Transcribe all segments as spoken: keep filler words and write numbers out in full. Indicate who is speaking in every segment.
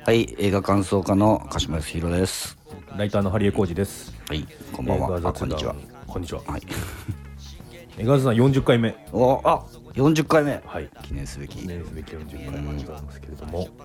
Speaker 1: はい、映画感想家の鹿島康弘です。
Speaker 2: ライターのハリエコージです。
Speaker 1: はい、こんばんは。あ、こんにちは。
Speaker 2: こんにちは。
Speaker 1: はい。
Speaker 2: 映画雑談よんじゅっかいめ。
Speaker 1: お、あ、よんじゅっかいめ。
Speaker 2: はい。
Speaker 1: 記念すべき。
Speaker 2: 記念すべきよんじゅっかいめでございますけれども、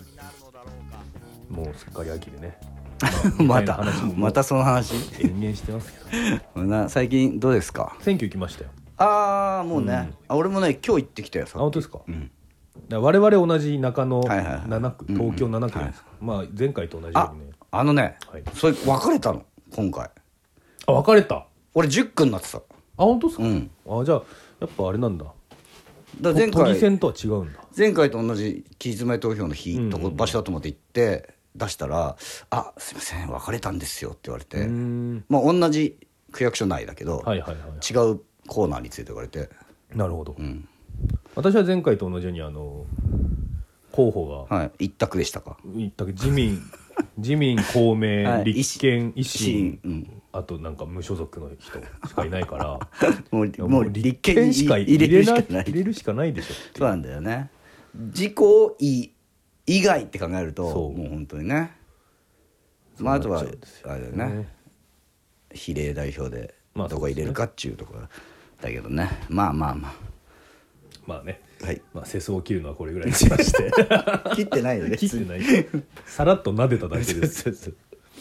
Speaker 2: もうすっかり秋でね。
Speaker 1: またまたその話。
Speaker 2: 延々してますけ
Speaker 1: ど。な最近どうですか。
Speaker 2: 選挙行きましたよ。
Speaker 1: ああ、もうね。うん、あ、俺もね今日行ってきたよ。
Speaker 2: あ、本当ですか。
Speaker 1: うん。
Speaker 2: 我々同じ中野なな区、東京なな区ですか、うんうん、まあ前回と同じようにね。
Speaker 1: あ、あのね、はい、それ分かれたの今回。
Speaker 2: あ、分かれた。
Speaker 1: 俺じゅっくになってた。あ、
Speaker 2: 本当ですか。
Speaker 1: うん、
Speaker 2: あ、じゃあやっぱあれなんだ。
Speaker 1: だ前回
Speaker 2: 都議選とは違うんだ。
Speaker 1: 前回と同じ期日前投票の日、うんうん、とこ場所だと思って行って出したら、あ、すいません分かれたんですよって言われて、まあ同じ区役所内だけど、はいはいはい、違うコーナーについて言われて。
Speaker 2: なるほど。
Speaker 1: うん、
Speaker 2: 私は前回と同じようにあの候補が、
Speaker 1: はい、一択でしたか。
Speaker 2: 一択。自民自民公明、はい、立憲維新、
Speaker 1: うん、
Speaker 2: あとなんか無所属の人しかいないから
Speaker 1: もうもう立憲
Speaker 2: しか入れるしかない入れるしかないでしょ。
Speaker 1: そうなんだよね。自公以以外って考えるともう本当にね。まああとはあれだよね、比例代表でどこ入れるかっちゅうところだけどね。まあまあまあ
Speaker 2: まあね、
Speaker 1: はい、
Speaker 2: まあ世相を切るのはこれぐらいにしまして
Speaker 1: 切ってないよね。
Speaker 2: 切ってないさらっと撫でただけです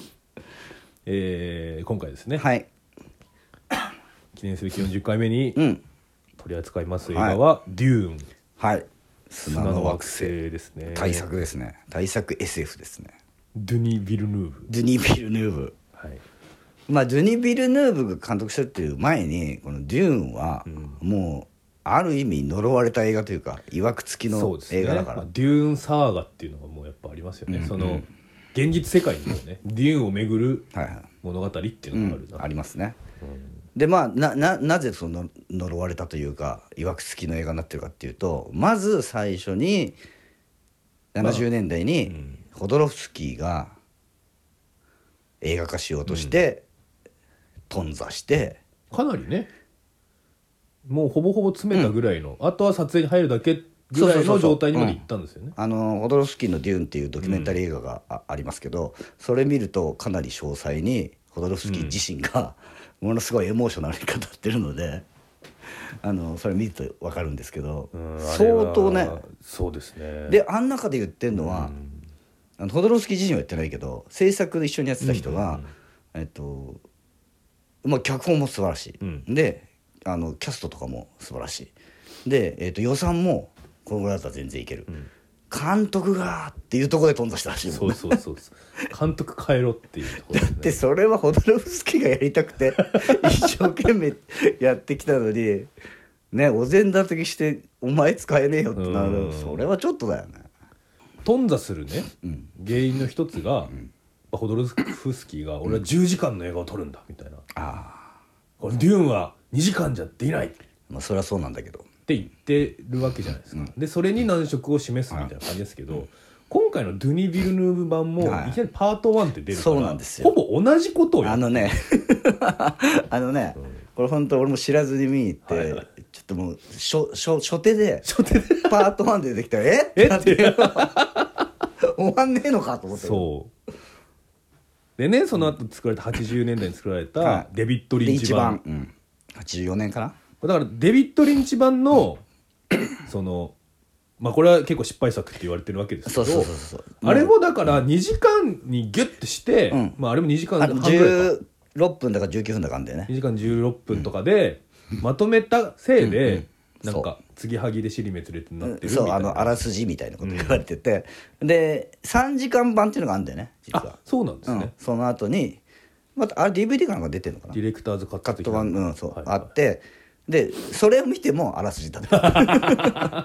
Speaker 2: えー、今回ですね、
Speaker 1: はい、
Speaker 2: 記念すべきよんじゅっかいめに取り扱います映画は、
Speaker 1: はい、
Speaker 2: デューン、
Speaker 1: はい、
Speaker 2: 砂の惑星ですね。
Speaker 1: 大作ですね。大作 エスエフ ですね。
Speaker 2: ドゥニ・ビルヌーブ
Speaker 1: ドゥニ・ビルヌーブ、はい、まあドゥニ・ビルヌーブが監督するっていう前にこのデューンはもうある意味呪われた映画というかいわくつきの映画だから、
Speaker 2: ね、デューンサーガっていうのがもうやっぱありますよね、うんうん、その現実世界にもねデューンをめぐる物語っていうのがあるな、
Speaker 1: うん、ありますね、うん、でまあ な, な, なぜその呪われたというかいわくつきの映画になってるかっていうと、まず最初にななじゅうねんだいに、まあうん、ホドロフスキーが映画化しようとして、うん、頓挫して
Speaker 2: かなりねもうほぼほぼ詰めたぐらいの、うん、あとは撮影に入るだけぐらいの状態にまで行ったんですよね。
Speaker 1: あのホドロフスキーのデューンっていうドキュメンタリー映画が あ,、うん、ありますけど、それ見るとかなり詳細にホドロフスキー自身がものすごいエモーショナルに語ってるので、あのそれ見ると分かるんですけど、相当ね。
Speaker 2: そうですね。
Speaker 1: であん中で言ってるのは、うん、あのホドロフスキー自身は言ってないけど制作で一緒にやってた人が、うんうんうん、えっとまあ脚本も素晴らしい、うん、であのキャストとかも素晴らしいで、えー、と予算もこのぐらいだったら全然いける、うん、監督がっていうところで頓挫したらしいもんね。
Speaker 2: そうそうそうそう監督変えろっていうところ、ね、
Speaker 1: だってそれはホドロフスキーがやりたくて一生懸命やってきたのにね、お膳立てしてお前使えねえよってなる。それはちょっとだよね。
Speaker 2: 頓挫するね、うん、原因の一つが、うん、ホドロフスキーが俺はじゅうじかんの映画を撮るんだみたいな、うん、あこれデューンはにじかんじゃできない、ま
Speaker 1: あ、それはそうなんだけど
Speaker 2: って言ってるわけじゃないですか、うん、でそれに難色を示すみたいな感じですけど、はい、今回のドゥニ・ビルヌーブ版もいきなりパートワンって出るから、
Speaker 1: そうなんですよ。
Speaker 2: ほぼ同じことをやってる。
Speaker 1: あのねあのね、うん、これ本当俺も知らずに見に行って、はいはい、ちょっともう初, 初, 初手でパートワンで出てきたらえ
Speaker 2: えって
Speaker 1: 終わんねえのかと思って。
Speaker 2: そうでね、その後作られたはちじゅうねんだいに作られたデビッド・リンチ版、
Speaker 1: うん、はちじゅうよねんかな。
Speaker 2: だからデビッド・リンチ版のそのまあこれは結構失敗作って言われてるわけですけど、
Speaker 1: そうそうそうそう、
Speaker 2: あれもだからにじかんにギュッてして、うん、まああれもにじかんはんぐらいか、
Speaker 1: じゅうろっぷんだかじゅうきゅうふんだかあんだよね。
Speaker 2: にじかんじゅうろっぷんとかで、うん、まとめたせいで、うんうん、なんか継ぎはぎで尻滅裂になってるみたいな、
Speaker 1: そう、あのあらすじみたいなこと言われてて、うん、でさんじかんばんっていうのがあるんだよね実は。
Speaker 2: あ、そうなんですね、うん、
Speaker 1: その後にまたあれ ディーブイディー かなんか出てるのかな、
Speaker 2: ディレクターズカット
Speaker 1: カット版、うん、そう、はいはい、あってでそれを見てもあらすじだった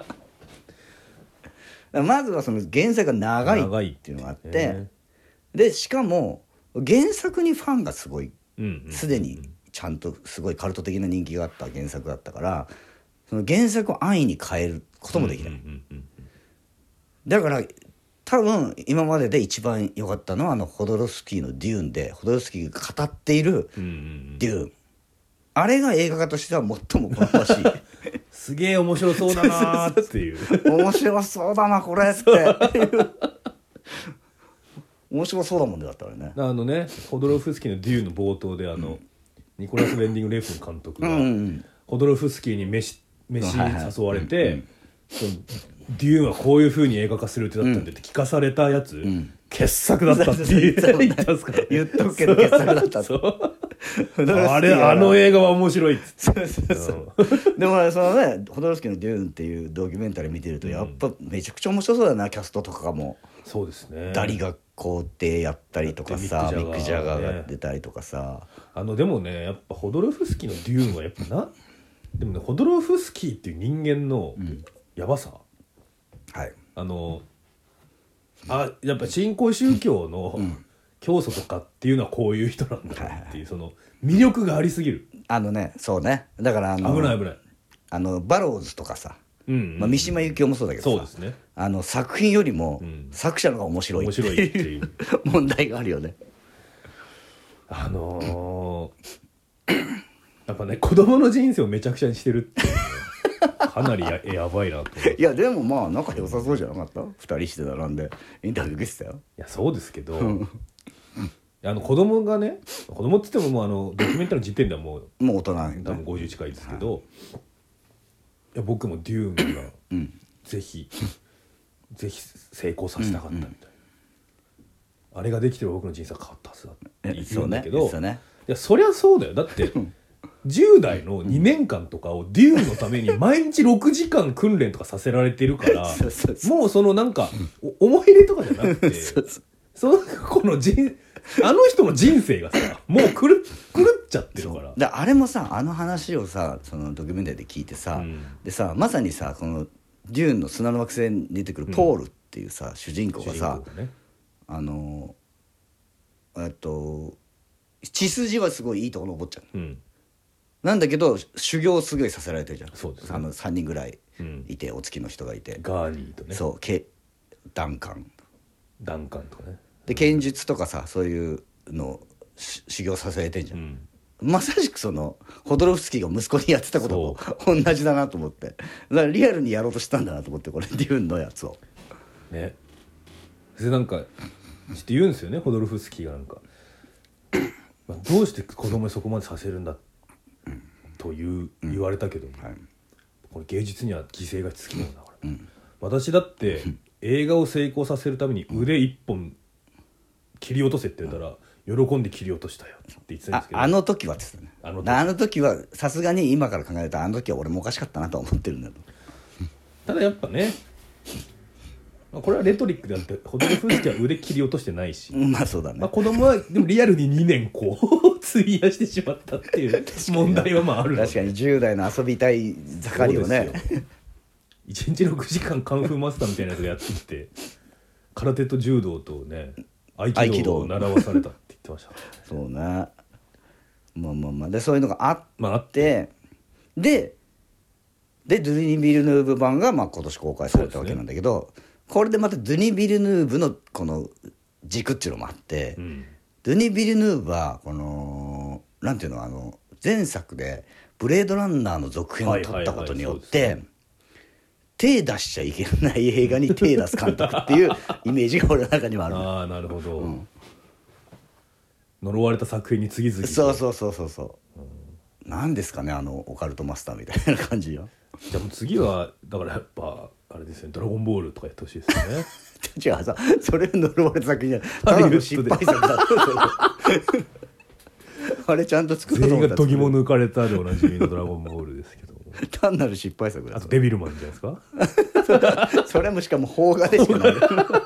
Speaker 1: まずはその原作が長いっていうのがあって、でしかも原作にファンがすごいすで、うんうん、にちゃんとすごいカルト的な人気があった原作だったから、その原作を安易に変えることもできない、うんうんうんうん、だから多分今までで一番良かったのはあのホドロフスキーのデューンで、ホドロフスキーが語っているデューン、うんうん、あれが映画化としては最も好ましい
Speaker 2: すげえ面白そうだなっていう
Speaker 1: 面白そうだなこれって面白そうだもんねだったらね。
Speaker 2: あのねホドロフスキーのデューンの冒頭であの、うん、ニコラス・ウェンディング・レフン監督が、うんうん、ホドロフスキーに飯飯誘われて、はいはいうんうん、デューンはこういう風に映画化するってだったんでって聞かされたやつ、うん、傑作だったって言ったんすから、ね、
Speaker 1: 言っとくけど傑作だった
Speaker 2: そうあれあの映画は面白いっつって。
Speaker 1: そうそうそうでもそのねホドロフスキーのデューンっていうドキュメンタリー見てるとやっぱめちゃくちゃ面白そうだな、キャストとかも。
Speaker 2: そうですね。
Speaker 1: ダリが皇帝やったりとかさ、ミック・ジャガーが出たりとかさ、
Speaker 2: あのでもねやっぱホドロフスキーのデューンはやっぱなでもねホドロフスキーっていう人間のやばさ、
Speaker 1: うん、はい、
Speaker 2: あのあやっぱ新興宗教の教祖とかっていうのはこういう人なんだなっていう、その魅力がありすぎる。
Speaker 1: あのねそうねだからあの
Speaker 2: 危ない危ない
Speaker 1: あのバローズとかさ、うんうんうんまあ、三島由紀夫もそうだけどさ、
Speaker 2: そうですね、
Speaker 1: あの作品よりも作者の方が面白いっていう、面白いっていう問題があるよね。
Speaker 2: あのー、やっぱね子供の人生をめちゃくちゃにしてるっていう、ね、かなり や, やばいなと思って。
Speaker 1: いやでもまあ仲良さそうじゃなかった？ふたりして並んでインタビュー受けてたよ。
Speaker 2: いやそうですけどあの子供がね子供って言ってももうあのドキュメンタリーの時点ではもう
Speaker 1: もう大人なん
Speaker 2: だ、ね、多分ごじゅう近いですけど、はい、いや僕もデューンがぜひ、うん、ぜひ成功させたかったみたいな、うんうん、あれができてる僕の人生は変わったはずだって言うんだけど、
Speaker 1: そうね、ね、
Speaker 2: いやそりゃそうだよ。だってじゅう代のにねんかんとかをデューンのために毎日ろくじかん訓練とかさせられてるからそうそうそうもうそのなんか思い入れとかじゃなくてそうそうその子の人あの人の人生がさもう狂っちゃってるから。
Speaker 1: であれもさあの話をさそのドキュメンタリーで聞いてさ、うん、でさまさにさこのデューンの砂の惑星に出てくるポールっていうさ、うん、主人公がさ、ね、あのえっと血筋はすごいいいところ登っちゃう、うん、なんだけど修行をすごいさせられてるじゃん。そうです、ね、あのさんにんぐらいいて、うん、お付きの人がいて
Speaker 2: ガーニーとね
Speaker 1: そうケダンカン
Speaker 2: ダンカンとかね
Speaker 1: で剣術とかさそういうのを修行させられてんじゃん、うん、まさしくそのホドロフスキーが息子にやってたことと同じだなと思って、だからリアルにやろうとしたんだなと思ってこれデューンのやつを
Speaker 2: ね。でなんかちょっと言うんですよねホドロフスキーがなんかまあどうして子供にそこまでさせるんだという、うん、言われたけど、はい、これ芸術には犠牲がつきものだから、うん、私だって映画を成功させるために腕一本切り落とせって言ったら、うん、喜んで切り落としたよって言ってたんですけど
Speaker 1: あ, あの時はですねあの時あの時はさすがに今から考えるとあの時は俺もおかしかったなとは思ってるんだと。
Speaker 2: ただやっぱねこれはレトリックであってホドロフスキーは腕切り落としてないし
Speaker 1: まあそうだね、
Speaker 2: まあ、子供はでもリアルににねんこう費やしてしまったっていう問題はまああるので
Speaker 1: 確かにじゅう代の遊びたい盛りをね
Speaker 2: いちにちろくじかんカンフーマスターみたいなやつがやってきて空手と柔道とね合気道を習わされたって言ってました、ね、
Speaker 1: そうねまあまあまあでそういうのがあって、まあ、あってででドゥニ・ビルヌーブ版がまあ今年公開されたわけなんだけど、ね、これでまたドゥニ・ビルヌーブのこの軸っていうのもあって、うん、ドゥニ・ビルヌーブはこのなんていうのあの前作でブレードランナーの続編を撮ったことによって手出しちゃいけない映画に手出す監督っていうイメージが俺の中にはある。
Speaker 2: ああなるほど、うん、呪われた作品に次々
Speaker 1: そうそうそうそうそう、うん、なんですかねあのオカルトマスターみたいな感じよ。
Speaker 2: じゃあもう次はだからやっぱあれですねドラゴンボールとかやってほしいですよね
Speaker 1: 違うさそれ呪われた作品じゃないただの失敗作だあれちゃんと作ろうと思った
Speaker 2: 全員が度肝抜かれたでおなじみのドラゴンボールですけど
Speaker 1: 単なる失敗作だ。
Speaker 2: あとデビルマンじゃないですか
Speaker 1: それもしかも邦画でしかない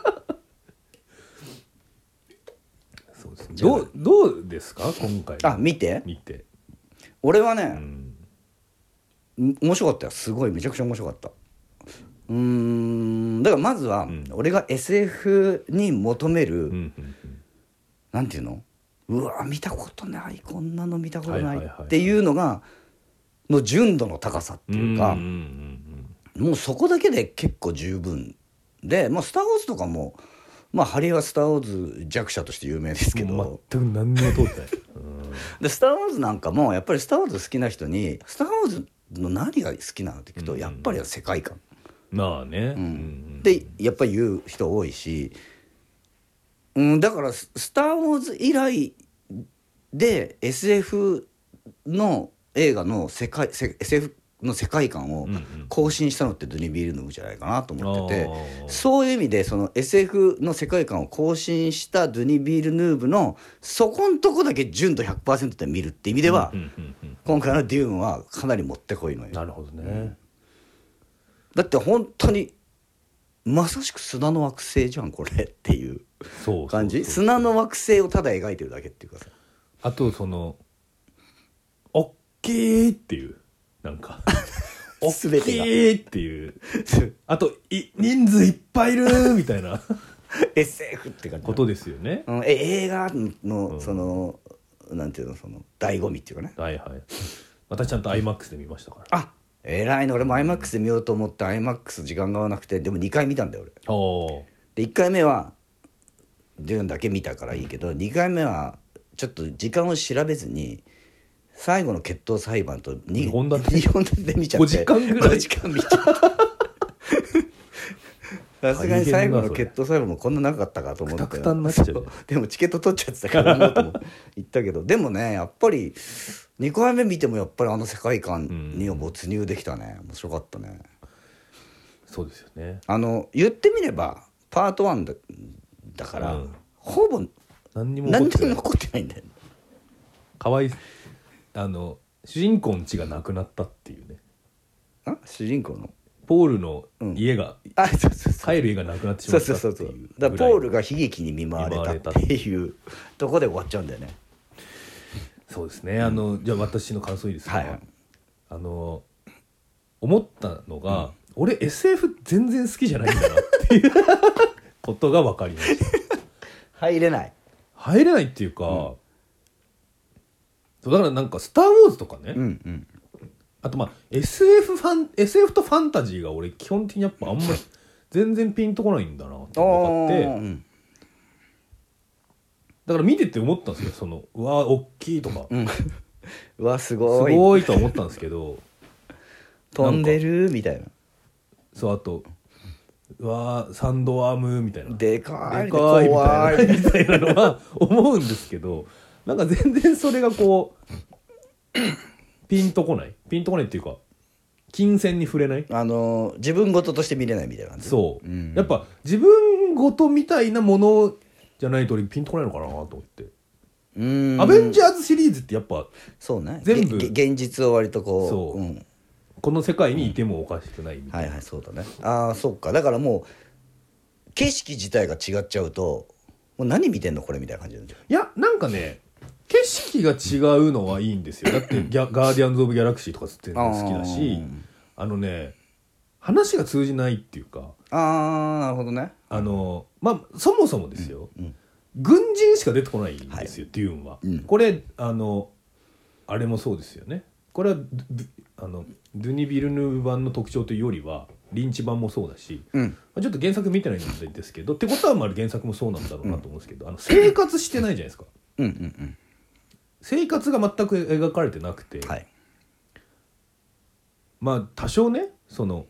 Speaker 2: そうですねどう、どうですか今回
Speaker 1: あ見て
Speaker 2: 見て
Speaker 1: 俺はね、うん、面白かったよすごいめちゃくちゃ面白かった。うーんだからまずは、うん、俺が エスエフ に求める、うんうんうん、なんていうのうわ見たことないこんなの見たことないっていうのがの純度の高さっていうか、うんうんうんうん、もうそこだけで結構十分で、まあ、スター・ウォーズとかも、まあ、ハリーはスター・ウォーズ弱者として有名ですけど
Speaker 2: 全く何にも通ってない
Speaker 1: でスター・ウォーズなんかもやっぱりスター・ウォーズ好きな人にスター・ウォーズの何が好きなのって聞くと、うんうん、やっぱり世界観
Speaker 2: まあね、
Speaker 1: うんうん、でやっぱり言う人多いしうん、だからス「スター・ウォーズ」以来で エスエフ の映画の世界 エスエフ の世界観を更新したのってドゥニ・ビルヌーブじゃないかなと思ってて、うんうん、そういう意味でその エスエフ の世界観を更新したドゥニ・ビルヌーブのそこんとこだけ純度 ひゃくパーセント で見るって意味では、うんうんうんうん、今回のデューンはかなりもってこいのよ。
Speaker 2: なるほどね、うん、
Speaker 1: だって本当にまさしく砂の惑星じゃんこれっていう感じ。砂の惑星をただ描いてるだけっていうかさ、
Speaker 2: あとそのおっきいっていうなんかおっきいっていうあとい人数いっぱいいるみたいな
Speaker 1: エスエフ って感じ
Speaker 2: ことですよね、
Speaker 1: うん、え映画のその、うん、なんていうのその醍醐味っていうかね。
Speaker 2: はいはい。私ちゃんと アイマックス で見ましたから。
Speaker 1: あ偉いの。俺も アイマックス で見ようと思って アイマックス 時間が合わなくてでもにかい見たんだよ俺。おでいっかいめはデューンだけ見たからいいけどにかいめはちょっと時間を調べずに最後の決闘裁判とにほん立てで見ちゃって
Speaker 2: ごじかんぐらい
Speaker 1: ごじかん見ちゃったさすがに最後の決闘裁判もこんな長かったかと思って
Speaker 2: くたくたになっちゃう。
Speaker 1: でもチケット取っちゃってたからもとも言ったけどでもねやっぱりにかいめ見てもやっぱりあの世界観には没入できたね。面白かったね。
Speaker 2: そうですよね。
Speaker 1: あの言ってみればパートワンだ、だから、うん、ほぼ何にも残ってないんだよね。
Speaker 2: かわいあの主人公の血がなくなったっていうね。
Speaker 1: あ主人公の
Speaker 2: ポールの家が、うん、あそうそうそう帰る家がなくなってしまったっていう。そうそうそうそうだからポールが悲劇に見舞われたっていうところで終わっちゃうんだよね。 そうですね。あの、うん、じゃあ私の感想いいですか、はいはい、あの思ったのが、うん、俺 エスエフ 全然好きじゃないんだなっていうことが分かりました
Speaker 1: 入れない
Speaker 2: 入れないっていうか、うん、そうだからなんかスター・ウォーズとかね、うんうん、あとまあ エスエフ ファン エスエフ とファンタジーが俺基本的にやっぱあんまり全然ピンとこないんだなって分かって、うん、だから見てて思ったんですよ。そのうわ大きいとか、うん、
Speaker 1: うわすごい
Speaker 2: すごいとは思ったんですけど
Speaker 1: 飛んでるみたいな。
Speaker 2: そうあとうわサンドワームみたいな
Speaker 1: でかい
Speaker 2: でかいみたいなみたいなのは思うんですけどなんか全然それがこうピンとこないピンとこないっていうか金銭に触れない、
Speaker 1: あの自分事として見れないみたいな感じ。
Speaker 2: そう、うん、やっぱ自分事みたいなものじゃないとピンとこないのかなと思って。うーんアベンジャーズシリーズってやっぱ
Speaker 1: そうね
Speaker 2: 全部
Speaker 1: 現実を割とこう
Speaker 2: そう、うん、この世界にいてもおかしくないみたいな、
Speaker 1: うん、はいはいそうだね。ああそうか。だからもう景色自体が違っちゃうともう何見てんのこれみたいな感じなんじゃん。
Speaker 2: いやなんかね景色が違うのはいいんですよ。だってギャガーディアンズ・オブ・ギャラクシーとか全然好きだし あ, あのね話が通じないっていうか。
Speaker 1: ああなるほどね。
Speaker 2: あのまあそもそもですよ、うんうん、軍人しか出てこないんですよ、はい、デューンは、うん、これあのあれもそうですよね。これはあのドゥニ・ビルヌーブ版の特徴というよりはリンチ版もそうだし、うん、ちょっと原作見てないんですけどってことはまあ原作もそうなんだろうなと思うんですけど、うん、あの生活してないじゃないですか。うんうんうん生活が全く描かれてなくて、はい、まあ多少ねその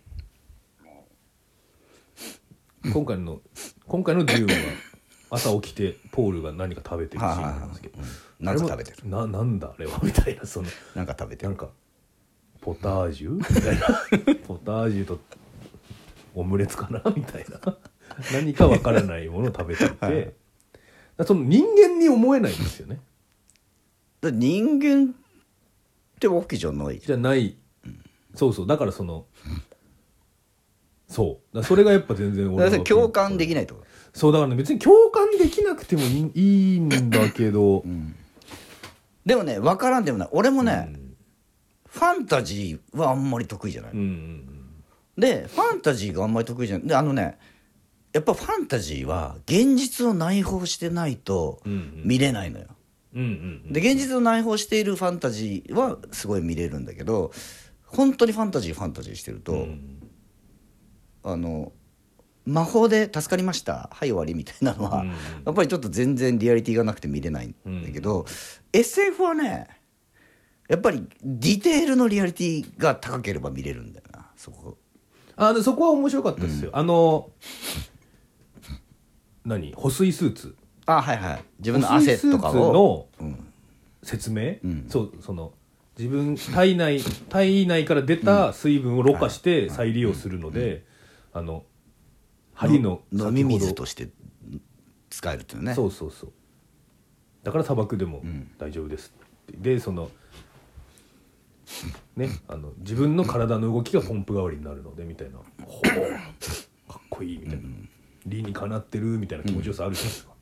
Speaker 2: 今回の今回のデューンは朝起きてポールが何か食べてるシーンなんですけど、
Speaker 1: 何か食べてる
Speaker 2: ななんだあれはみたいなその
Speaker 1: なんか食べてる
Speaker 2: なんかポタージュみたいなポタージュとオムレツかなみたいな何かわからないものを食べていて、はい、だその人間に思えないんですよね。
Speaker 1: だ人間ってわけじゃない
Speaker 2: じゃない、うん、そうそうだからそのそうだそれがやっぱ全然
Speaker 1: 俺は共感できないってこと。
Speaker 2: そうだから、ね、別に共感できなくてもい い, いいんだけど、うん、
Speaker 1: でもね分からんでもない。俺もね、うん、ファンタジーはあんまり得意じゃない、うんうんうん、でファンタジーがあんまり得意じゃない。であのねやっぱファンタジーは現実を内包してないと見れないのよ、うんうんうんうん、で現実を内包しているファンタジーはすごい見れるんだけど本当にファンタジーファンタジーしてると、うん、あの魔法で助かりましたはい終わりみたいなのは、うんうん、やっぱりちょっと全然リアリティがなくて見れないんだけど、うん、エスエフ はねやっぱりディテールのリアリティが高ければ見れるんだよな。そこ
Speaker 2: あでそこは面白かったですよ、うん、あの何保水スーツ
Speaker 1: あはいはい自分の汗とかを
Speaker 2: の説明、うん、そうその自分体内体内から出た水分をろ過して再利用するので、うん、あの針の
Speaker 1: 飲み水として使えるっていうね。
Speaker 2: そうそうそうだから砂漠でも大丈夫ですって、うん、でそのねあの自分の体の動きがポンプ代わりになるのでみたいなほうかっこいいみたいな、うん、理にかなってるみたいな気持ちよさあるじゃないですか、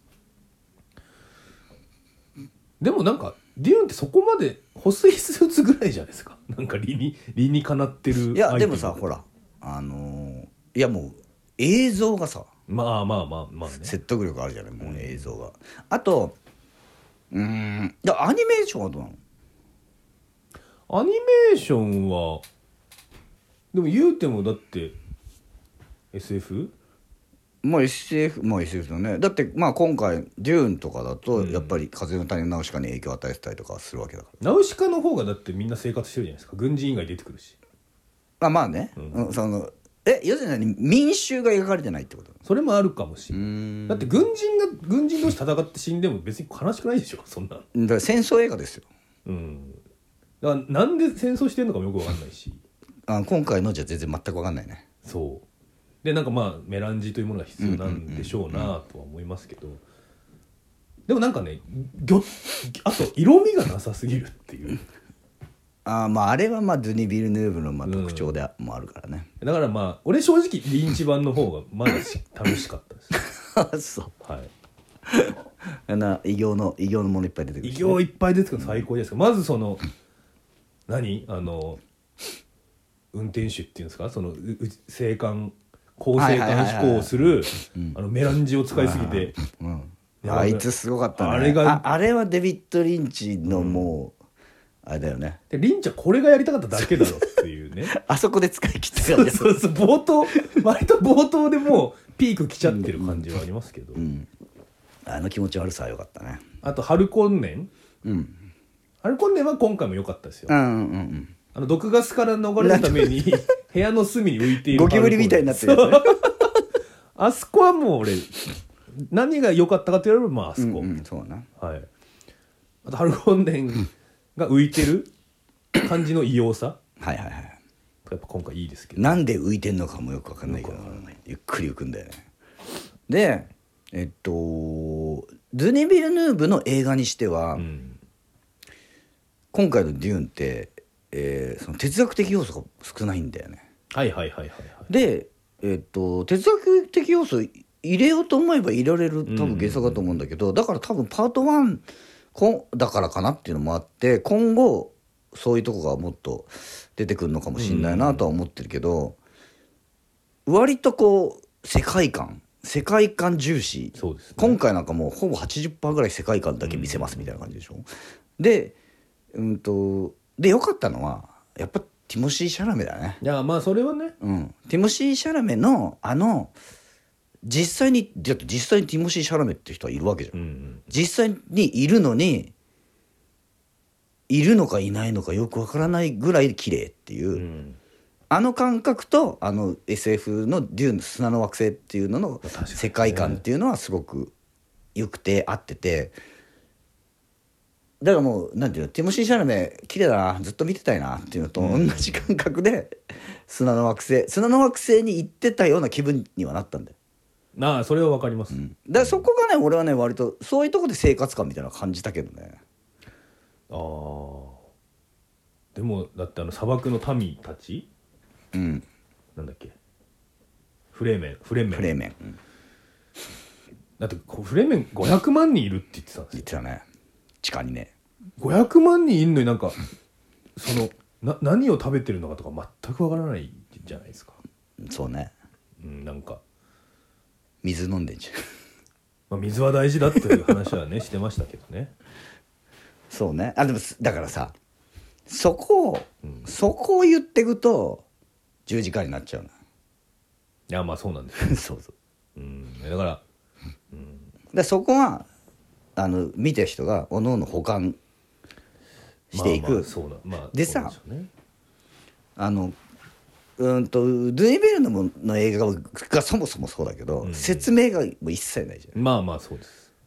Speaker 2: うん、でもなんかデューンってそこまで保水スーツぐらいじゃないですか。なんか理に理にかなってる。
Speaker 1: いやでもさほらあのー、いやもう映像がさ
Speaker 2: まあまあまあまあね
Speaker 1: 説得力あるじゃないもう、ね、映像が。あとうーんいやアニメーションはどうなの？
Speaker 2: アニメーションはでも言うてもだって エスエフ？
Speaker 1: まあ エスエフ まあ エスエフ だね。だってまあ今回デューンとかだとやっぱり風の谷のナウシカに影響を与えてたりとかするわけだから。
Speaker 2: ナウシカの方がだってみんな生活してるじゃないですか。軍人以外出てくるし。
Speaker 1: あまあね、うん、そのえ要するに民衆が描かれてないってこと？
Speaker 2: それもあるかもしれない。だって軍人が軍人同士戦って死んでも別に悲しくないでしょそんな。だ
Speaker 1: から戦争映画ですよ。
Speaker 2: うんだからなんで戦争してるのかもよく分かんないし
Speaker 1: あ今回のじゃ全然全く分かんないね。
Speaker 2: そうでなんかまあメランジというものが必要なんでしょうなとは思いますけど、でもなんかねぎょあと色味がなさすぎるっていう
Speaker 1: あまああれはまあドゥニ・ビルヌーブのまあ特徴でもあるからね、
Speaker 2: うん、だからまあ俺正直リンチ版の方がまだ楽しかったです
Speaker 1: そう
Speaker 2: はい
Speaker 1: あな異形の異形のものいっぱい出てくる、
Speaker 2: ね、異形いっぱい出てくる最高じゃないですか。まずその何あの運転手っていうんですかその青函高青函飛行をするあのメランジを使いすぎて、
Speaker 1: うんうん、あいつすごかったね。あれが あ, あれはデビッド・リンチのもう、うん、あれだよね。
Speaker 2: でリンチはこれがやりたかっただけだろっていうね
Speaker 1: あそこで使い切ってたよね。
Speaker 2: そうそうそう冒頭割と冒頭でもうピーク来ちゃってる感じはありますけど、うんうん、
Speaker 1: あの気持ち悪さは良かったね。
Speaker 2: あとハルコンネン、うん、ハルコンネンは今回も良かったですよ、
Speaker 1: うんうんうん、あ
Speaker 2: の毒ガスから逃れるために部屋の隅に浮いている
Speaker 1: ゴキブリみたいになってるやつ、ね、
Speaker 2: あそこはもう俺何が良かったかと言われればまああそこ、
Speaker 1: うんうん、そうな、
Speaker 2: はい、あとハルコンネンが浮いてる感じの異様さ
Speaker 1: はいはいはい
Speaker 2: やっぱ今回いいですけど、
Speaker 1: なんで浮いてんのかもよく分かんないけどゆっくり浮くんだよね。でえっとドゥニ・ビルヌーブの映画にしては、うん、今回のデューンって、えー、その哲学的要素が少ないんだよね。
Speaker 2: はいはいはいはい、はい、
Speaker 1: で、えっと哲学的要素入れようと思えば入れられる多分原作だと思うんだけど、うんうんうん、だから多分パートワンだからかなっていうのもあって今後そういうとこがもっと出てくるのかもしれないなとは思ってるけど、うん、割とこう世界観世界観重視、
Speaker 2: そうですね、
Speaker 1: 今回なんかもうほぼ はちじゅっパーセント ぐらい世界観だけ見せますみたいな感じでしょ、うん、で、うんとで良かったのはやっぱティモシー・シャラメだね。
Speaker 2: いやまあそれはね、
Speaker 1: うん、ティモシー・シャラメのあの実際にだって実際にティモシー・シャラメって人はいるわけじゃん、うんうん、実際にいるのにいるのかいないのかよくわからないぐらい綺麗っていう、うん、あの感覚とあの エスエフ のデューン砂の惑星っていうのの世界観っていうのはすごくよくて合ってて、だからもうなんていうのティモシー・シャラメ綺麗だなずっと見てたいなっていうのと同じ感覚で砂の惑星砂の惑星に行ってたような気分にはなったんだよ。
Speaker 2: ああそれはわかります、うん、
Speaker 1: だからそこがね俺はね割とそういうとこで生活感みたいなの感じたけどね。
Speaker 2: ああでもだってあの砂漠の民たち、うん、なんだっけフレーメンフレーメン
Speaker 1: フレーメン、うん、
Speaker 2: だってフレーメンごひゃくまんにんいるって言ってたんですよ。
Speaker 1: 言ってたね地下にね
Speaker 2: ごひゃくまんにんいるのになんかそのな何を食べてるのかとか全くわからないじゃないですか。
Speaker 1: そうね、
Speaker 2: うん、なんか
Speaker 1: 水飲んでんじゃん
Speaker 2: まあ水は大事だっていう話はねしてましたけどね。
Speaker 1: そうねあでもだからさそこを、うん、そこを言っていくと十字架になっちゃうな。い
Speaker 2: やまあそうなんですよ
Speaker 1: そうそう、
Speaker 2: うん、だから、
Speaker 1: うん、でそこはあの見てる人がおのおの補完していく、まあまあそうだ、まあ、でさで、ね、あのうんとドゥニ・ベルヌの映画がそもそもそうだけど、うん、説明がもう一切ないじゃん。
Speaker 2: まあまあそうです。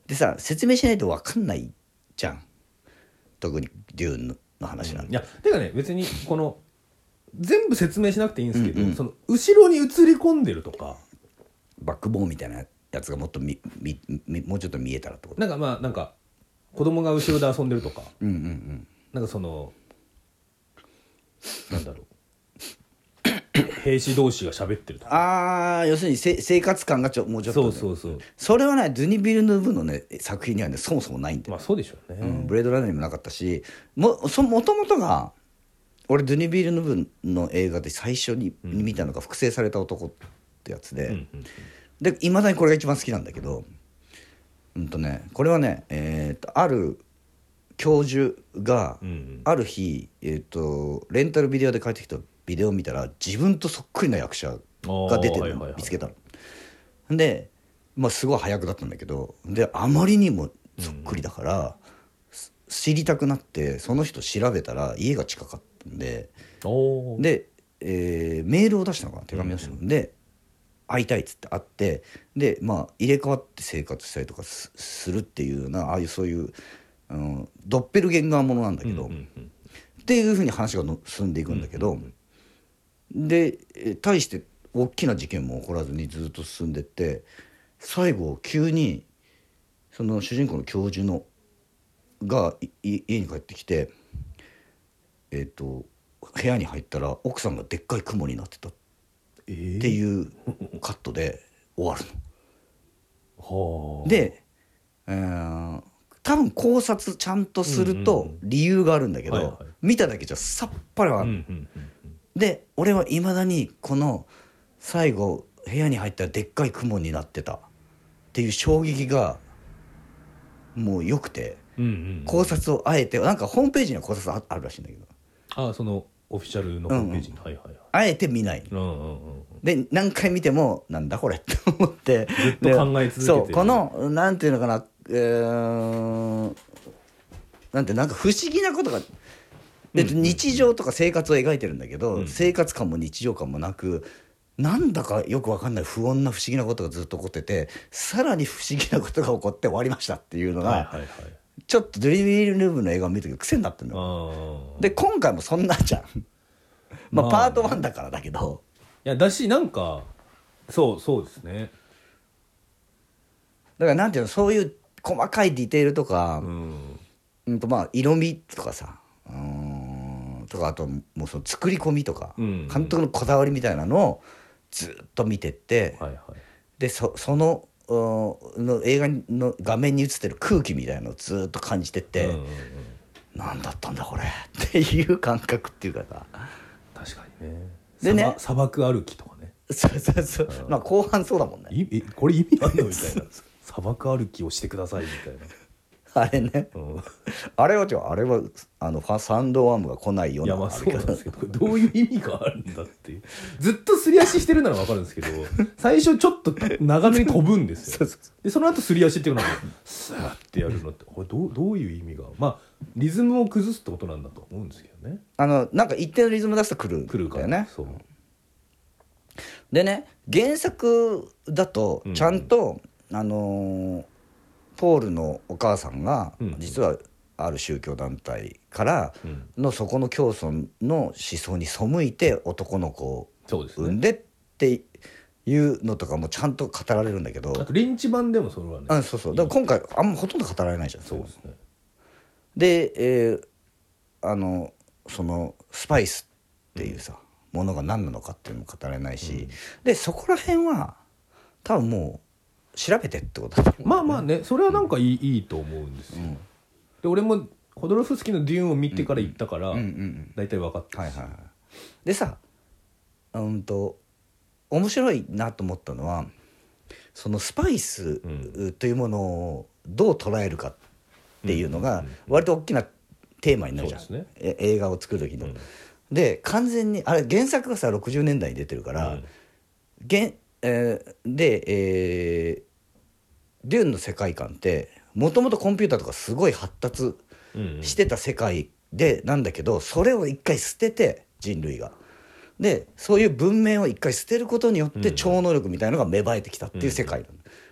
Speaker 1: でさ説明しないと分かんないじゃん、特にデューンの話なんて、
Speaker 2: うん、いやてかね別にこの全部説明しなくていいんですけど、
Speaker 1: うんうん、
Speaker 2: その後ろに映り込んでるとか
Speaker 1: バックボーンみたいなやつがもっとみみみもうちょっと見えたらってこと。
Speaker 2: なんかまあなんか子供が後ろで遊んでるとか
Speaker 1: うんうんうん、
Speaker 2: なんかそのなんだろう兵士同士が喋ってるとか、
Speaker 1: ああ要するにせ生活感がちょもうちょっと、ね、
Speaker 2: そうそうそう、
Speaker 1: それはねドゥニ・ビルヌーヴの、ね、作品にはねそもそもないんだよ。
Speaker 2: まあそうでしょうね、
Speaker 1: うん、ブレードランナーにもなかったし、もそもともとが俺ドゥニ・ビルヌーヴの映画で最初に見たのが「複製された男」ってやつで、うんうんうん、でいまだにこれが一番好きなんだけど、うんとね、これはね、えー、とある教授がある日、えー、とレンタルビデオで帰ってきたビデオを見たら自分とそっくりな役者が出てるのを見つけたの。で、まあ、すごい早くだったんだけど、であまりにもそっくりだから、うん、知りたくなってその人調べたら家が近かったんで、で、えー、メールを出したのかな、手紙を出したの、うん、で会いたいっつって会って、でまあ入れ替わって生活したりとか す, するっていうようなああいうそういう、うん、ドッペルゲンガーものなんだけど、うんうんうん、っていうふうに話がの進んでいくんだけど、うんうんうん、で対して大きな事件も起こらずにずっと進んでって、最後急にその主人公の教授のが家に帰ってきて、えーと、部屋に入ったら奥さんがでっかい雲になってたっていうカットで終わるの。で、えー、多分考察ちゃんとすると理由があるんだけど、うんうんうん、はいはい、見ただけじゃさっぱりわかんない、うんうんうん、で俺はいまだにこの最後部屋に入ったらでっかい雲になってたっていう衝撃がもう良くて、うんうんうん、考察をあえてなんかホームページには考察 あ, あるらしいんだけど、
Speaker 2: ああそのオフィシャルのホームページに、うんうん、はいはいはい、あ
Speaker 1: えて見ない、うんうんうん、で何回見てもなんだこれって思って
Speaker 2: ずっと考え続けてる。
Speaker 1: そうこのなんていうのかな、えー、なんてなんか不思議なことが、で日常とか生活を描いてるんだけど、うん、生活感も日常感もなく、なんだかよく分かんない不穏な不思議なことがずっと起こってて、さらに不思議なことが起こって終わりましたっていうのが、はいはいはい、ちょっとドゥニ・ビルヌーヴの映画を見るとき癖になってるの。で今回もそんなじゃんまあ、まあ、パートワンだからだけど、
Speaker 2: いやだしなんかそうそうですね。
Speaker 1: だからなんていうの、そういう細かいディテールとか、うんうんとまあ色味とかさ、うーんとかあともうその作り込みとか、うん、監督のこだわりみたいなのをずっと見てって、はいはい、で そ, そのの映画の画面に映ってる空気みたいなのをずっと感じてって、うんうんうん、なんだったんだこれっていう感覚っていうかさ、
Speaker 2: 確かにね。でね砂漠歩きとかね、
Speaker 1: そうそうそう、うん、まあ後半そうだもんね。
Speaker 2: いこれ意味あるのみたいな砂漠歩きをしてくださいみたいな
Speaker 1: あれね、うん、あれは違う、あれはあのサンドワームが来ないような。
Speaker 2: いやまあそうなんですけどどういう意味があるんだっていう、ずっとすり足してるなら分かるんですけど最初ちょっと長めに飛ぶんですよそうそうそう、でその後すり足っていうのがスーってやるのってこれどう、どういう意味が、まあリズムを崩すってことなんだと思うんですけどね。
Speaker 1: あのなんか一定のリズム出すと来るんだよね。来るからそうでね、原作だとちゃんと、うん、あのーポールのお母さんが実はある宗教団体からのそこの教祖の思想に背いて男の子を産んでっていうのとかもちゃんと語られるんだけど、
Speaker 2: あとリンチ版でもそれはね、
Speaker 1: あそうそう、だから今回あんまほとんど語られないじゃん。
Speaker 2: そうですね。
Speaker 1: で、えー、あのそのスパイスっていうさ、うん、ものが何なのかっていうのも語られないし、うん、でそこら辺は多分もう調べてってことだと思う、ね、
Speaker 2: まあまあね、それはなんかいい、うん、いいと思うんですよ、うん、で俺もホドロフスキーのデューンを見てから行ったから、うんうん、大体分かった、はいはいはい、
Speaker 1: でさ、うんと面白いなと思ったのはそのスパイスというものをどう捉えるかっていうのが割と大きなテーマになるじゃん、うんうんうん、え映画を作る時の、うん、で完全にあれ原作がさろくじゅうねんだいに出てるから、うん、原えー、で、えー、デューンの世界観ってもともとコンピューターとかすごい発達してた世界でなんだけど、それを一回捨てて人類がでそういう文明を一回捨てることによって超能力みたいなのが芽生えてきたっていう世界なの、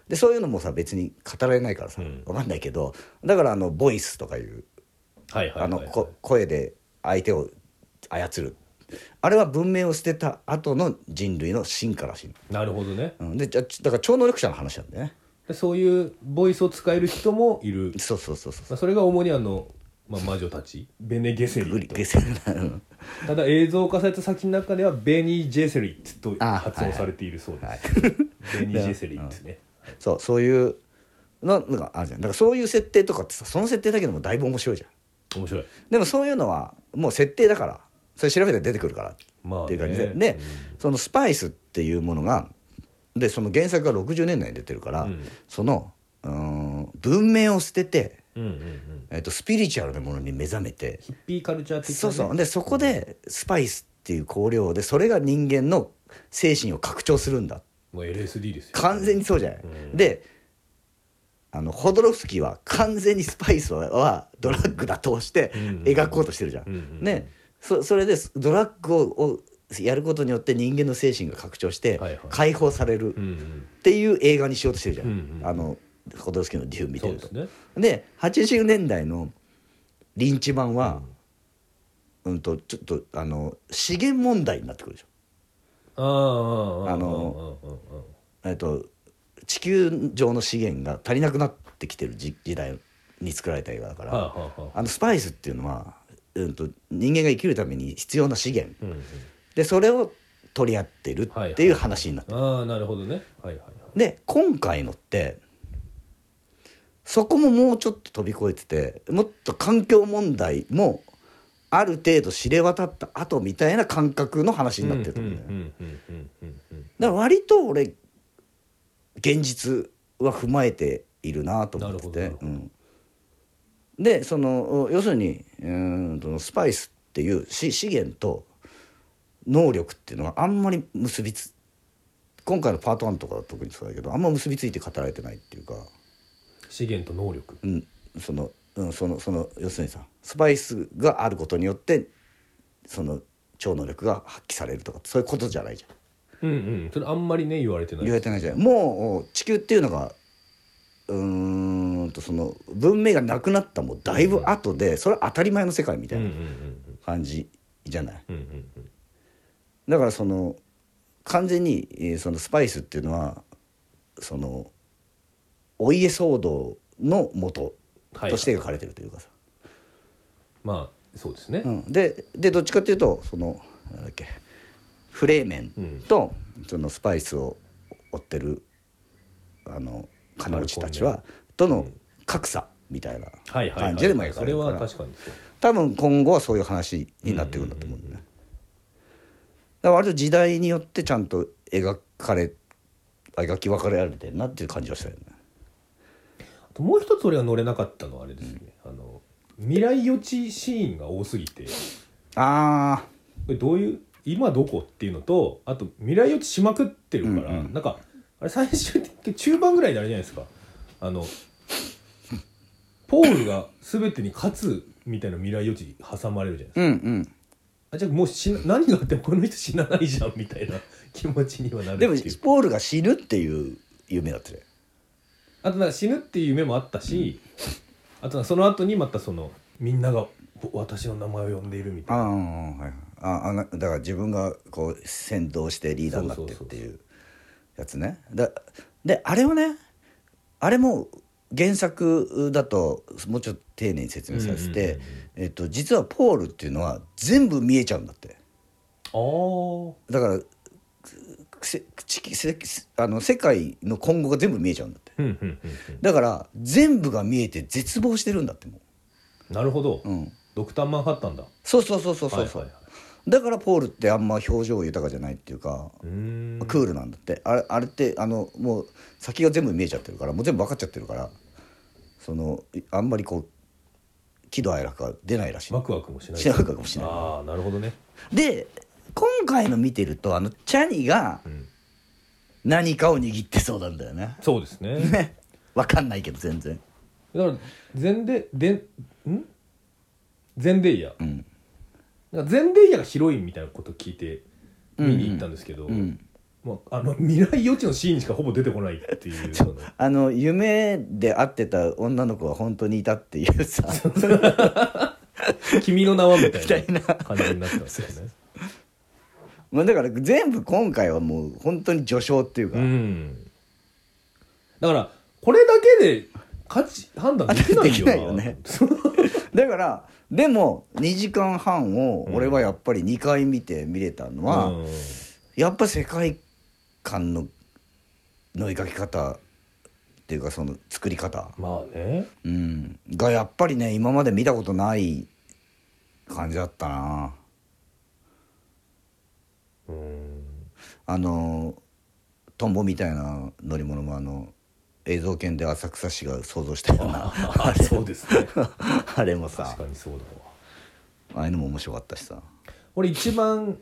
Speaker 1: でそういうのもさ別に語られないからさ、うん、分かんないけど、だからあのボイスとかいう、はいはいはいはい、あのこ声で相手を操る、あれは文明を捨てた後の人類の進化らしい。
Speaker 2: なるほどね、
Speaker 1: うん、でだから超能力者の話なんだよね。
Speaker 2: でそういうボイスを使える人もいる。
Speaker 1: そうそうそうそう、まあ、
Speaker 2: それが主にあの、まあ、魔女たちベネ・ゲセリット。
Speaker 1: ゲセリット
Speaker 2: ただ映像化された先の中ではベニ・ジェセリットと発音されているそうです、はいはい、ベニ・ジェセリットね、
Speaker 1: うん、そうそういうのがあるじゃん。だからそういう設定とかってさ、その設定だけでもだいぶ面白いじゃん。
Speaker 2: 面白い。
Speaker 1: でもそういうのはもう設定だから、それ調べたら出てくるからっていう感じで、まあね、で、うん、そのスパイスっていうものがでその原作がろくじゅうねんだいに出てるから、うん、そのうん文明を捨てて、うんうんうん、えー、とスピリチュアルなものに目覚めて、
Speaker 2: ヒッピーカルチャー的な、ね、
Speaker 1: そうそうでそこでスパイスっていう香料でそれが人間の精神を拡張するんだ。
Speaker 2: もう エルエスディー ですよ、
Speaker 1: 完全にそうじゃない、うん、であのホドロフスキーは完全にスパイスはドラッグだとして描こうとしてるじゃん、うんうん、ね、そ, それでドラッグ を, をやることによって人間の精神が拡張して解放されるっていう映画にしようとしてるじゃん、うんうん、あのホドロフスキーのデューン見てると。で、ね、ではちじゅうねんだいのリンチ版は、うん、うんとちょっとあの資源問題になってくるでしょ。あのえっと地球上の資源が足りなくなってきてる 時, 時代に作られた映画だから、はあはあ、あのスパイスっていうのは、うん、と人間が生きるために必要な資源、うんうん、でそれを取り合ってるっていう話になってる、
Speaker 2: はいはいはい、ああなるほどね、はいはいはい、
Speaker 1: で今回のってそこももうちょっと飛び越えてて、もっと環境問題もある程度知れ渡った後みたいな感覚の話になってると思うんだよね。だから割と俺現実は踏まえているなと思ってて、うん、でその要するにうんスパイスっていう資源と能力っていうのはあんまり結びつ今回のパートワンとかは特にそうだけどあんま結びついて語られてないっていうか、
Speaker 2: 資源と能力、
Speaker 1: うん、その、うん、そのその要するにさスパイスがあることによってその超能力が発揮されるとかそういうことじゃないじゃん。
Speaker 2: うんうん、それあんまりね言われてない
Speaker 1: 言われてないじゃん。もう地球っていうのがうーんとその文明がなくなったもうだいぶ後で、うん、それは当たり前の世界みたいな感じじゃない、うんうんうん、だからその完全にそのスパイスっていうのはそのお家騒動の元として描かれてるというかさ、
Speaker 2: はいはい、まあそうですね、
Speaker 1: うん、で, でどっちかっていうとそのなんだっけフレーメンとそのスパイスを追ってるあの金持ちたちはとの格差みたいな感じでも描かれるから多分今後はそういう話になっていくんだと思うんだよね。だから割と時代によってちゃんと描かれ描き分かれられてるなっていう感じはしたよね。
Speaker 2: あともう一つ俺が乗れなかったのはあれですね、うん、あの未来予知シーンが多すぎて、ああこれどういう今どこっていうのとあと未来予知しまくってるから、うんうん、なんかあれ最終的中盤ぐらいであれじゃないですか、あのポールが全てに勝つみたいな未来予知挟まれるじゃないですか、うんうん、あじゃあもう死な何があってもこの人死なないじゃんみたいな気持ちにはなるっていう。
Speaker 1: でもポールが死ぬっていう夢だったね。
Speaker 2: あとなんか死ぬっていう夢もあったし、うん、あとその後にまたそのみんなが私の名前を呼んでいるみたいな、あ、はいはい、
Speaker 1: ああだから自分がこう先導してリーダーになってっていうやつね。だであれはねあれも原作だともうちょっと丁寧に説明させて、うんうんうんうん、えっと、実はポールっていうのは全部見えちゃうんだって。あだからせせあの世界の今後が全部見えちゃうんだって、うんうんうんうん、だから全部が見えて絶望してるんだっても
Speaker 2: う。なるほど、うん、ドクターマンハッタンだ。
Speaker 1: そうそうそうそうそう、はいはいはい、だからポールってあんま表情豊かじゃないっていうかうーんクールなんだって。あれ、あれってあのもう先が全部見えちゃってるからもう全部分かっちゃってるからそのあんまりこう喜怒哀楽が出ないらしい。
Speaker 2: ワクワクもしない。
Speaker 1: ワクワクもしない。
Speaker 2: ああなるほどね。
Speaker 1: で今回の見てるとあのチャニが何かを握ってそうなんだよね、
Speaker 2: うん、そうですねね
Speaker 1: 分かんないけど全然
Speaker 2: だからゼンデでんゼンデイヤ、うん、なんかゼンデイヤがヒロインみたいなこと聞いて見に行ったんですけど、うんうんうん、 もうあの未来予知のシーンしかほぼ出てこないっていうその
Speaker 1: あの夢で会ってた女の子は本当にいたっていうさ
Speaker 2: 君の名はみたいな感じになってますよね
Speaker 1: まあだから全部今回はもう本当に序章っていうか、うん、
Speaker 2: だからこれだけで価値判断できないよな。できないよね
Speaker 1: だからでもにじかんはんを俺はやっぱりにかい見て見れたのは、うん、やっぱ世界観のの描き方っていうかその作り方、
Speaker 2: まあね、
Speaker 1: うん、がやっぱりね今まで見たことない感じだったな。うん、あのトンボみたいな乗り物もあの映像研で浅草市が想像したような
Speaker 2: あれそうですね
Speaker 1: あれもさ
Speaker 2: 確かにそうだわ。
Speaker 1: ああいうのも面白かったしさ。
Speaker 2: 俺一番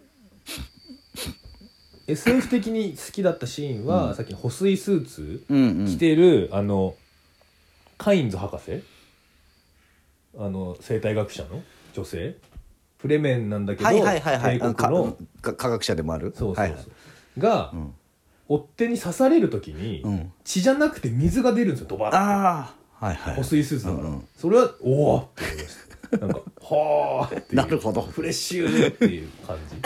Speaker 2: エスエフ 的に好きだったシーンは、うん、さっきの保水スーツ着てる、うんうん、あのカインズ博士あの生態学者の女性フレメンなんだけど、
Speaker 1: はいはいはいはい、帝国の科学者でもある
Speaker 2: そうそうそう、はいはい、が、うん、追っ手に刺される時に、うん、血じゃなくて水が出るんですよドバッて。
Speaker 1: ああ、はいはい、
Speaker 2: 保水スーツだから、うんうん、それはおおって思いましたなんかはあっていう
Speaker 1: なるほど
Speaker 2: フレッシュっていう感じ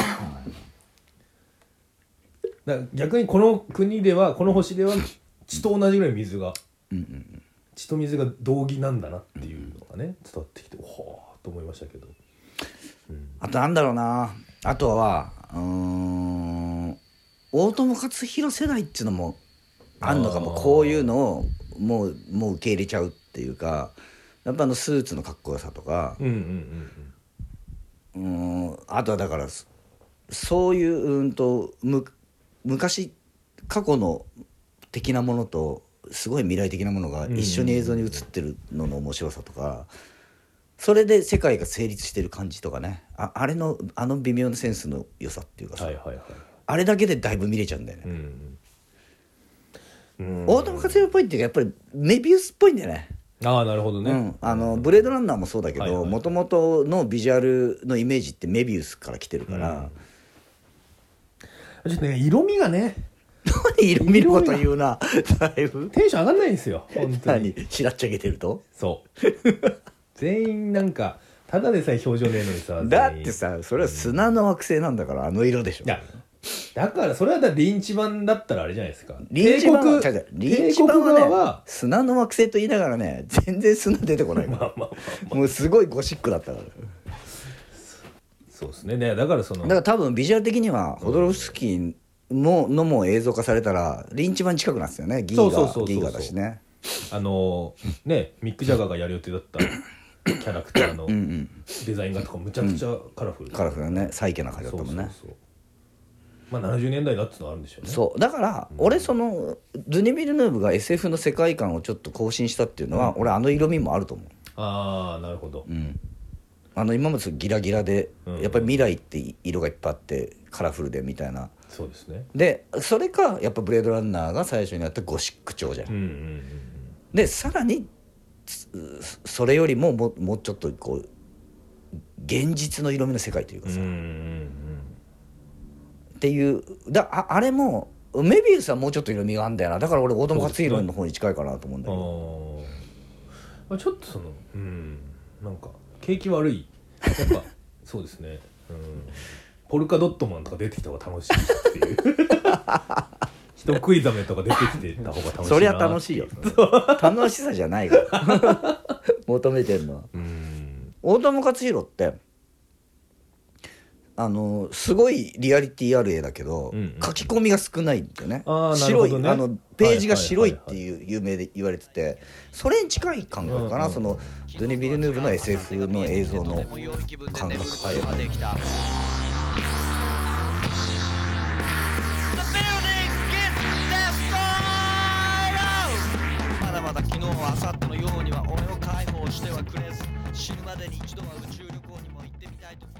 Speaker 2: だ逆にこの国ではこの星では血と同じぐらい水が、うんうん、血と水が同義なんだなっていうのがね伝わってきてはあと思いましたけど、
Speaker 1: うん、あとなんだろうなあとはうーん大友克洋世代っていうのもあんのかも。こういうのをもうもう受け入れちゃうっていうかやっぱあのスーツのかっこよさとか、うんうんうんうん、うーんあとはだからそういううんとむ昔過去の的なものとすごい未来的なものが一緒に映像に映ってるのの面白さとか、それで世界が成立してる感じとかね あ, あれのあの微妙なセンスの良さっていうかさ、はいはいはい、あれだけでだいぶ見れちゃうんだよね、うん、大友克洋っぽいっていうかやっぱりメビウスっぽいんだよね。
Speaker 2: ああなるほどね、
Speaker 1: うん、あのブレードランナーもそうだけどもともとのビジュアルのイメージってメビウスから来てるから、
Speaker 2: うん、ちょっとね色味がね
Speaker 1: 何色味のこと言うなだいぶ
Speaker 2: テンション上がんないんですよ本当に。
Speaker 1: 何しらっちゃげてると
Speaker 2: そう全員なんかただでさえ表情ねえのにさ
Speaker 1: だってさそれは砂の惑星なんだからあの色でしょ。
Speaker 2: いやだからそれはだリンチ版だったらあれじゃないですか。
Speaker 1: リンチ版はリンチ版はねは砂の惑星と言いながらね全然砂出てこないからまあまあまあ、まあ、もうすごいゴシックだったから
Speaker 2: そうですね。ねだからその
Speaker 1: だから多分ビジュアル的にはホドロフスキーののも映像化されたらリンチ版近くなってたよね。ギーガギーガだしね。
Speaker 2: あのねミック・ジャガーがやる予定だったキャラクターのデザインがとかむちゃくちゃカラフル、
Speaker 1: うん、カラフルだね。サイケな感じだったもんね。そうそうそう
Speaker 2: まあななじゅうねんだいだってのはあるんでしょうね。
Speaker 1: そうだから、うん、俺そのドゥニ・ビルヌーヴが エスエフ の世界観をちょっと更新したっていうのは、うん、俺あの色味もあると思う。
Speaker 2: ああなるほど、うん、
Speaker 1: あの今までギラギラで、うん、やっぱり未来って色がいっぱいあってカラフルでみたいな。
Speaker 2: そうですね。
Speaker 1: でそれかやっぱブレードランナーが最初にやったゴシック調じゃん、うんうんうん、でさらにそれよりもももうちょっとこう現実の色味の世界というかさ、うんうんうん、っていうだ あ, あれもメビウスはもうちょっと色味があるんだよな。だから俺大友克洋の方に近いかなと思うんだけど、
Speaker 2: あちょっとそのうんなんか景気悪いやっぱそうですね、うん、ポルカドットマンとか出てきた方が楽しいっていう人食いザメとか出てきてた方が楽しいな。
Speaker 1: そりゃ楽しいよ楽しさじゃないから求めてるのは。うん大友克洋ってあのすごいリアリティある絵だけど、うんうん、書き込みが少ないんだよね。あ白い、ね、あのページが白いっていう有名で言われてて、それに近い感覚かな、うんうん、そのドゥニ・ビルヌーヴの エスエフ の映像の感覚って。まだまだ昨日は明後日のようには俺を解放してはくれず、死ぬまでに一度は宇宙旅行にも行ってみたいと。